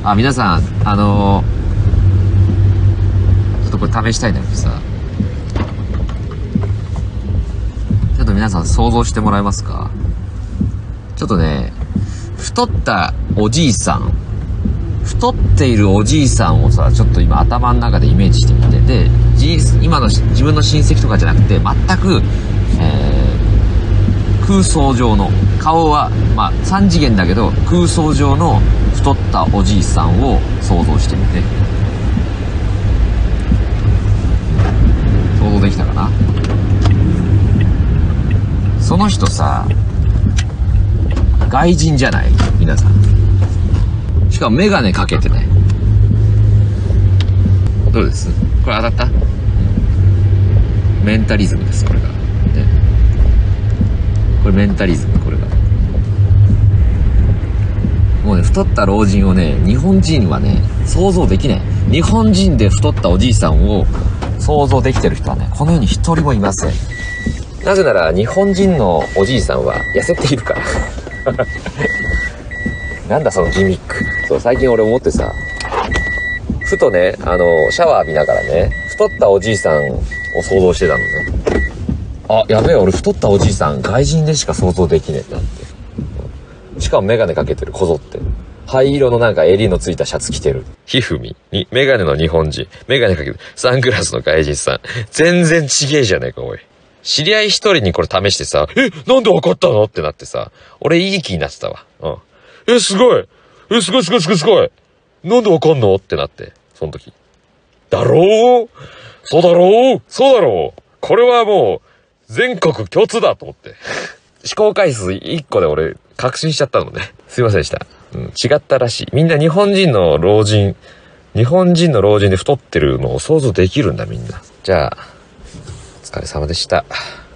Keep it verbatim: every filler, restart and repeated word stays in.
あ、皆さん、あのー、ちょっとこれ試したいんだけどさ、ちょっと皆さん想像してもらえますか？ちょっとね、太ったおじいさん、太っているおじいさんをさ、ちょっと今頭の中でイメージしてみて、で、今の自分の親戚とかじゃなくて、全く、えー、空想上の、顔は、まあ、三次元だけど、空想上の太ったおじいさんを想像してみて。想像できたかな？その人さ、外人じゃない？皆さん。しかもメガネかけてね。どうです？これ当たった？メンタリズムです、これが。ね。これメンタリズム、これが。もうね、太った老人をね、日本人はね、想像できない。日本人で太ったおじいさんを想像できてる人はね、この世に一人もいません。なぜなら、日本人のおじいさんは痩せているから。なんだそのギミック。そう、最近俺思ってさ、ふとね、あの、シャワー浴びながらね、太ったおじいさんを想像してたのね。あ、やべえ、俺太ったおじいさん、外人でしか想像できねえなって。しかもメガネかけてる、こぞって。灰色のなんか襟のついたシャツ着てる。ひふみ。に、メガネの日本人。メガネかけてる。サングラスの外人さん。全然ちげえじゃねえか、おい。知り合い一人にこれ試してさ、え、なんでわかったのってなってさ、俺いい気になってたわ。うん。え、すごいえ、すごいすごいすごいすごいなんでわかんのってなって、その時。だろうそうだろうそうだろうこれはもう、全国共通だと思って。思考回数いっこで俺、確信しちゃったのね。すいませんでした。うん、違ったらしい。みんな日本人の老人、日本人の老人で太ってるのを想像できるんだみんな。じゃあ、お疲れ様でした。